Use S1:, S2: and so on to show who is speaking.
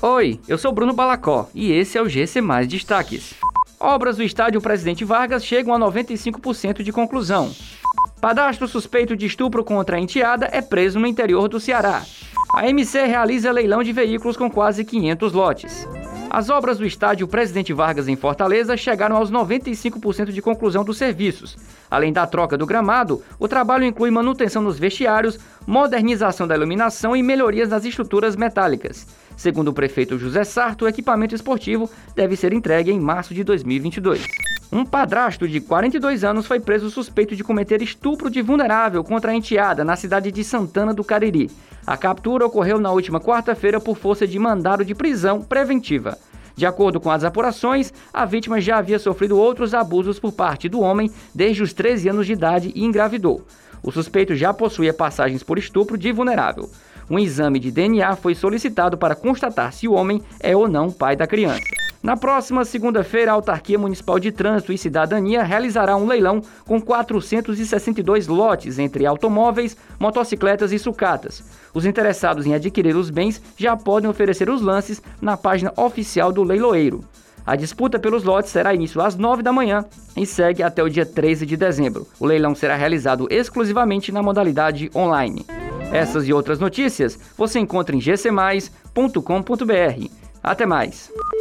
S1: Oi, eu sou Bruno Balacó e esse é o GC Mais Destaques. Obras do estádio Presidente Vargas chegam a 95% de conclusão. Padrasto suspeito de estupro contra a enteada é preso no interior do Ceará. A MC realiza leilão de veículos com quase 500 lotes. As obras do estádio Presidente Vargas em Fortaleza chegaram aos 95% de conclusão dos serviços. Além da troca do gramado, o trabalho inclui manutenção nos vestiários, modernização da iluminação e melhorias nas estruturas metálicas. Segundo o prefeito José Sarto, o equipamento esportivo deve ser entregue em março de 2022. Um padrasto de 42 anos foi preso suspeito de cometer estupro de vulnerável contra a enteada na cidade de Santana do Cariri. A captura ocorreu na última quarta-feira por força de mandado de prisão preventiva. De acordo com as apurações, a vítima já havia sofrido outros abusos por parte do homem desde os 13 anos de idade e engravidou. O suspeito já possuía passagens por estupro de vulnerável. Um exame de DNA foi solicitado para constatar se o homem é ou não pai da criança. Na próxima segunda-feira, a Autarquia Municipal de Trânsito e Cidadania realizará um leilão com 462 lotes entre automóveis, motocicletas e sucatas. Os interessados em adquirir os bens já podem oferecer os lances na página oficial do leiloeiro. A disputa pelos lotes terá início às 9 da manhã e segue até o dia 13 de dezembro. O leilão será realizado exclusivamente na modalidade online. Essas e outras notícias você encontra em gcmais.com.br. Até mais!